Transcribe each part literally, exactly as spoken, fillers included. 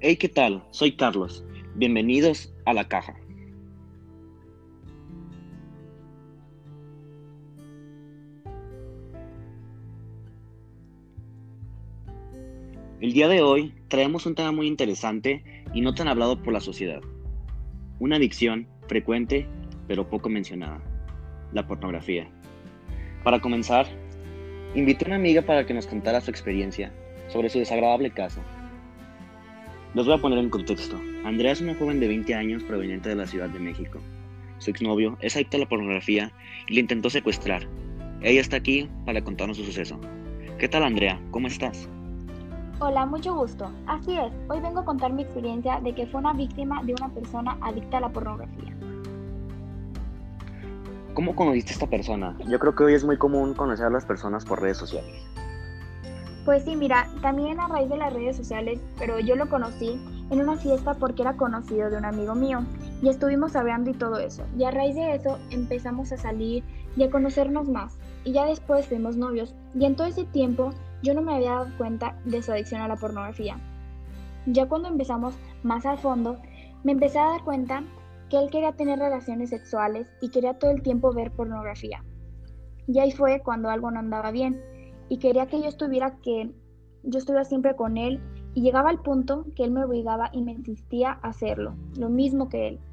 Hey, ¿qué tal? Soy Carlos. Bienvenidos a La Caja. El día de hoy traemos un tema muy interesante y no tan hablado por la sociedad. Una adicción frecuente pero poco mencionada, la pornografía. Para comenzar, invité a una amiga para que nos contara su experiencia sobre su desagradable caso. Los voy a poner en contexto. Andrea es una joven de veinte años proveniente de la Ciudad de México. Su exnovio es adicto a la pornografía y le intentó secuestrar. Ella está aquí para contarnos su suceso. ¿Qué tal, Andrea? ¿Cómo estás? Hola, mucho gusto. Así es, hoy vengo a contar mi experiencia de que fue una víctima de una persona adicta a la pornografía. ¿Cómo conociste a esta persona? Yo creo que hoy es muy común conocer a las personas por redes sociales. Pues sí, mira, también a raíz de las redes sociales, pero yo lo conocí en una fiesta porque era conocido de un amigo mío y estuvimos hablando y todo eso. Y a raíz de eso empezamos a salir y a conocernos más. Y ya después fuimos novios y en todo ese tiempo yo no me había dado cuenta de su adicción a la pornografía. Ya cuando empezamos más al fondo, me empecé a dar cuenta que él quería tener relaciones sexuales y quería todo el tiempo ver pornografía. Y ahí fue cuando algo no andaba bien y quería que yo estuviera que yo estuviera siempre con él y llegaba al punto que él me obligaba y me insistía a hacerlo, lo mismo que él.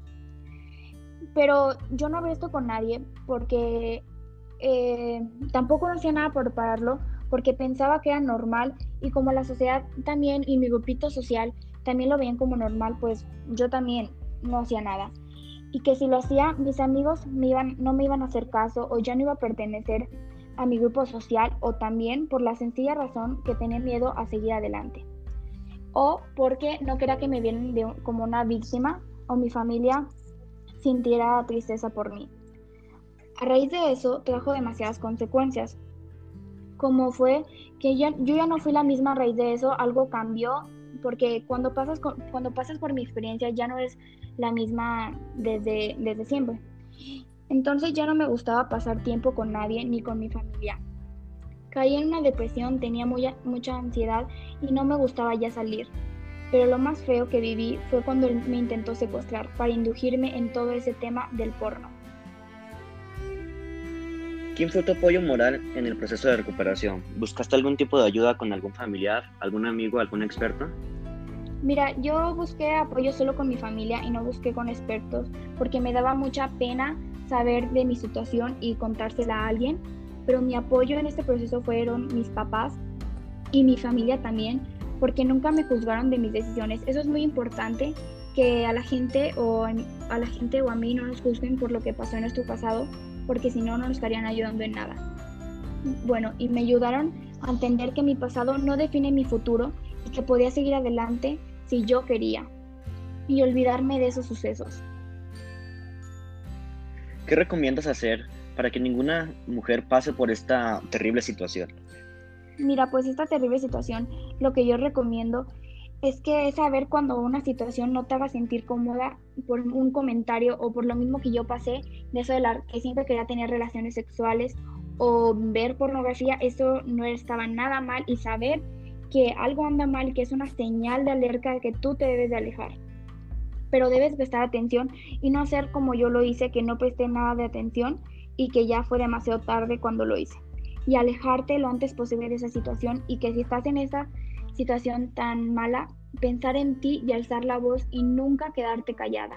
Pero yo no hablé esto con nadie porque eh, tampoco no hacía nada por pararlo porque pensaba que era normal y como la sociedad también y mi grupito social también lo veían como normal, pues yo también no hacía nada. Y que si lo hacía, mis amigos me iban, no me iban a hacer caso o ya no iba a pertenecer a mi grupo social o también por la sencilla razón que tenía miedo a seguir adelante. O porque no quería que me vieran de, como una víctima o mi familia sintiera tristeza por mí. A raíz de eso trajo demasiadas consecuencias, como fue que ya, yo ya no fui la misma a raíz de eso, algo cambió, porque cuando pasas, con, cuando pasas por mi experiencia ya no eres la misma desde, desde siempre. Entonces ya no me gustaba pasar tiempo con nadie ni con mi familia. Caí en una depresión, tenía muy, mucha ansiedad y no me gustaba ya salir. Pero lo más feo que viví fue cuando él me intentó secuestrar para inducirme en todo ese tema del porno. ¿Quién fue tu apoyo moral en el proceso de recuperación? ¿Buscaste algún tipo de ayuda con algún familiar, algún amigo, algún experto? Mira, yo busqué apoyo solo con mi familia y no busqué con expertos porque me daba mucha pena saber de mi situación y contársela a alguien, pero mi apoyo en este proceso fueron mis papás y mi familia también, porque nunca me juzgaron de mis decisiones. Eso es muy importante, que a la gente o a la gente o a mí no nos juzguen por lo que pasó en nuestro pasado, porque si no, no nos estarían ayudando en nada. Bueno, y me ayudaron a entender que mi pasado no define mi futuro y que podía seguir adelante si yo quería y olvidarme de esos sucesos. ¿Qué recomiendas hacer para que ninguna mujer pase por esta terrible situación? Mira, pues esta terrible situación, lo que yo recomiendo es que es saber cuando una situación no te haga sentir cómoda por un comentario o por lo mismo que yo pasé, de eso de la que siempre quería tener relaciones sexuales o ver pornografía, eso no estaba nada mal y saber que algo anda mal, que es una señal de alerta de que tú te debes de alejar. Pero debes prestar atención y no hacer como yo lo hice, que no presté nada de atención y que ya fue demasiado tarde cuando lo hice. Y alejarte lo antes posible de esa situación y que si estás en esa situación tan mala, pensar en ti y alzar la voz y nunca quedarte callada.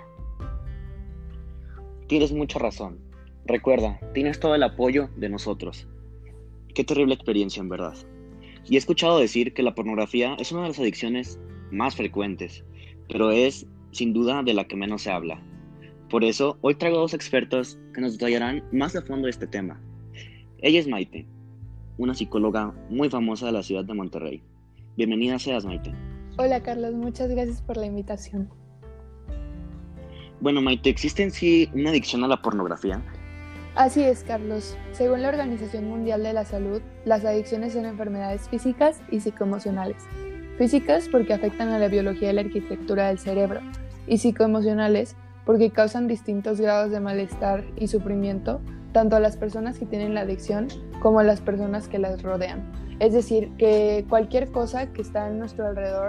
Tienes mucha razón. Recuerda, tienes todo el apoyo de nosotros. Qué terrible experiencia, en verdad. Y he escuchado decir que la pornografía es una de las adicciones más frecuentes, pero es, sin duda, de la que menos se habla. Por eso, hoy traigo a dos expertos que nos detallarán más a fondo este tema. Ella es Maite, una psicóloga muy famosa de la ciudad de Monterrey. Bienvenida seas, Maite. Hola Carlos, muchas gracias por la invitación. Bueno, Maite, ¿existe en sí una adicción a la pornografía? Así es, Carlos. Según la Organización Mundial de la Salud, las adicciones son enfermedades físicas y psicoemocionales. Físicas porque afectan a la biología y la arquitectura del cerebro, y psicoemocionales porque causan distintos grados de malestar y sufrimiento tanto a las personas que tienen la adicción como a las personas que las rodean. Es decir, que cualquier cosa que está a nuestro alrededor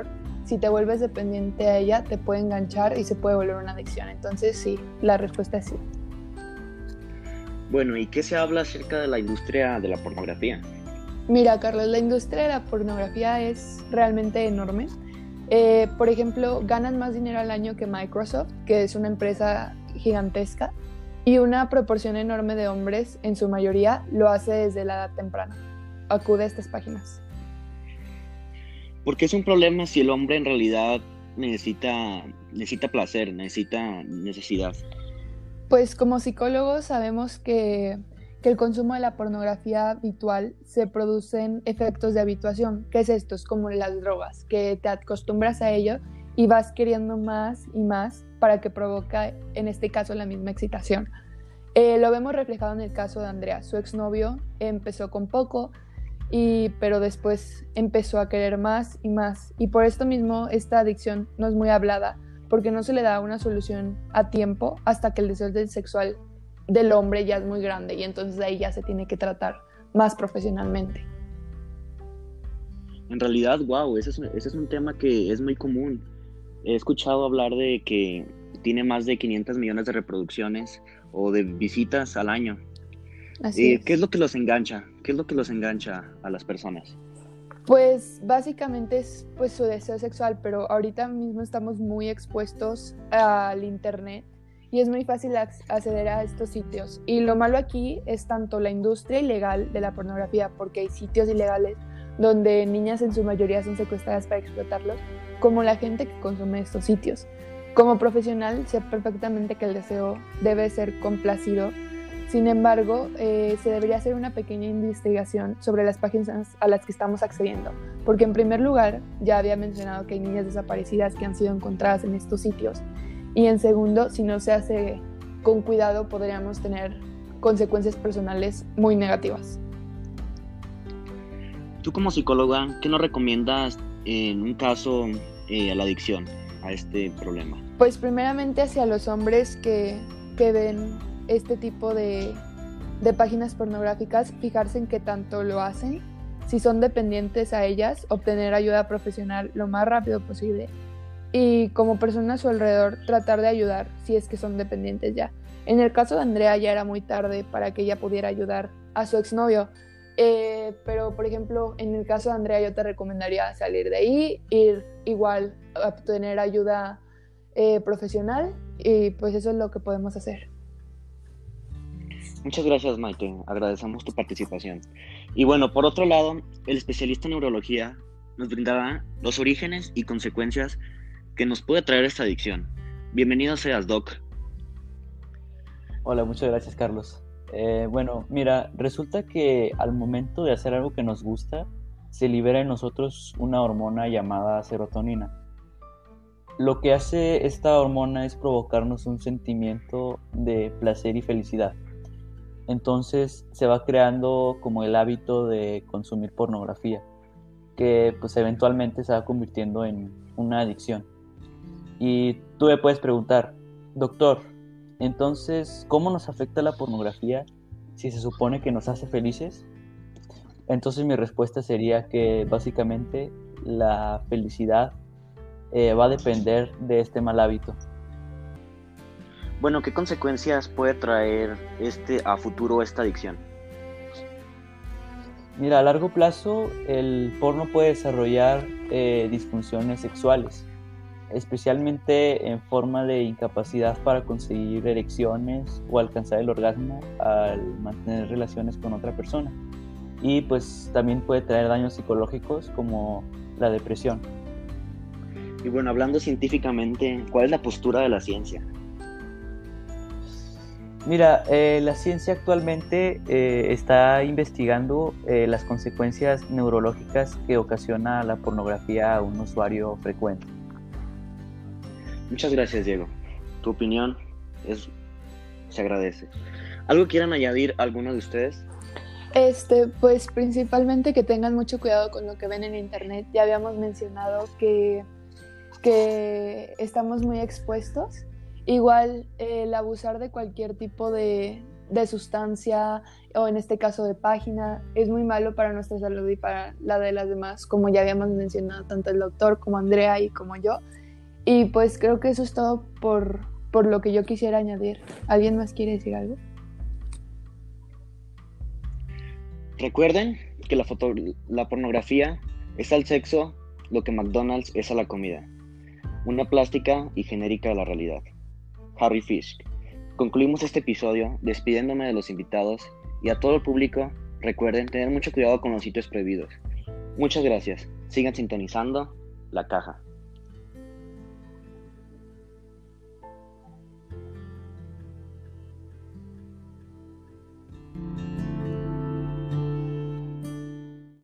si te vuelves dependiente a ella, te puede enganchar y se puede volver una adicción. Entonces sí, la respuesta es sí. Bueno, ¿y qué se habla acerca de la industria de la pornografía? Mira, Carlos, la industria de la pornografía es realmente enorme. Eh, por ejemplo, ganan más dinero al año que Microsoft, que es una empresa gigantesca, y una proporción enorme de hombres, en su mayoría, lo hace desde la edad temprana. Acude a estas páginas. ¿Por qué es un problema si el hombre en realidad necesita, necesita placer, necesita necesidad? Pues como psicólogos sabemos que, que el consumo de la pornografía habitual se producen efectos de habituación. ¿Qué es esto? Es como las drogas, que te acostumbras a ello y vas queriendo más y más para que provoque, en este caso, la misma excitación. Eh, lo vemos reflejado en el caso de Andrea. Su exnovio empezó con poco, y, pero después empezó a querer más y más. Y por esto mismo esta adicción no es muy hablada, porque no se le da una solución a tiempo hasta que el deseo sexual del hombre ya es muy grande y entonces ahí ya se tiene que tratar más profesionalmente. En realidad, wow, ese es, ese es un tema que es muy común. He escuchado hablar de que tiene más de quinientos millones de reproducciones o de visitas al año. Así Eh, es. ¿Qué es lo que los engancha? ¿Qué es lo que los engancha a las personas? Pues básicamente es pues, su deseo sexual, pero ahorita mismo estamos muy expuestos al internet y es muy fácil acceder a estos sitios. Y lo malo aquí es tanto la industria ilegal de la pornografía, porque hay sitios ilegales donde niñas en su mayoría son secuestradas para explotarlos, como la gente que consume estos sitios. Como profesional sé perfectamente que el deseo debe ser complacido. Sin embargo, eh, se debería hacer una pequeña investigación sobre las páginas a las que estamos accediendo, porque en primer lugar, ya había mencionado que hay niñas desaparecidas que han sido encontradas en estos sitios, y en segundo, si no se hace con cuidado, podríamos tener consecuencias personales muy negativas. Tú como psicóloga, ¿qué nos recomiendas en un caso eh, a la adicción, a este problema? Pues primeramente hacia los hombres que, que ven este tipo de, de páginas pornográficas, fijarse en qué tanto lo hacen, si son dependientes a ellas, obtener ayuda profesional lo más rápido posible y como persona a su alrededor tratar de ayudar si es que son dependientes ya. En el caso de Andrea ya era muy tarde para que ella pudiera ayudar a su exnovio, eh, pero por ejemplo en el caso de Andrea yo te recomendaría salir de ahí, ir igual a obtener ayuda eh, profesional y pues eso es lo que podemos hacer. Muchas gracias, Maite. Agradecemos tu participación. Y bueno, por otro lado, el especialista en neurología nos brindará los orígenes y consecuencias que nos puede traer esta adicción. Bienvenido seas, Doc. Hola, muchas gracias, Carlos. Eh, bueno, mira, resulta que al momento de hacer algo que nos gusta, se libera en nosotros una hormona llamada serotonina. Lo que hace esta hormona es provocarnos un sentimiento de placer y felicidad. Entonces se va creando como el hábito de consumir pornografía, que pues eventualmente se va convirtiendo en una adicción. Y tú me puedes preguntar, doctor, entonces, ¿cómo nos afecta la pornografía si se supone que nos hace felices? Entonces mi respuesta sería que básicamente la felicidad eh, va a depender de este mal hábito. Bueno, ¿qué consecuencias puede traer este a futuro esta adicción? Mira, a largo plazo el porno puede desarrollar eh, disfunciones sexuales, especialmente en forma de incapacidad para conseguir erecciones o alcanzar el orgasmo al mantener relaciones con otra persona. Y pues también puede traer daños psicológicos como la depresión. Y bueno, hablando científicamente, ¿cuál es la postura de la ciencia? Mira, eh, la ciencia actualmente eh, está investigando eh, las consecuencias neurológicas que ocasiona la pornografía a un usuario frecuente. Muchas gracias, Diego. Tu opinión es, se agradece. ¿Algo quieran añadir alguno de ustedes? Este, pues principalmente que tengan mucho cuidado con lo que ven en internet. Ya habíamos mencionado que, que estamos muy expuestos. Igual el abusar de cualquier tipo de, de sustancia o en este caso de página es muy malo para nuestra salud y para la de las demás, como ya habíamos mencionado tanto el doctor como Andrea y como yo. Y pues creo que eso es todo por, por lo que yo quisiera añadir. ¿Alguien más quiere decir algo? Recuerden que la, foto, la pornografía es al sexo lo que McDonald's es a la comida, una plástica y genérica de la realidad. Harry Fisk. Concluimos este episodio despidiéndome de los invitados y a todo el público, recuerden tener mucho cuidado con los sitios prohibidos. Muchas gracias. Sigan sintonizando La Caja.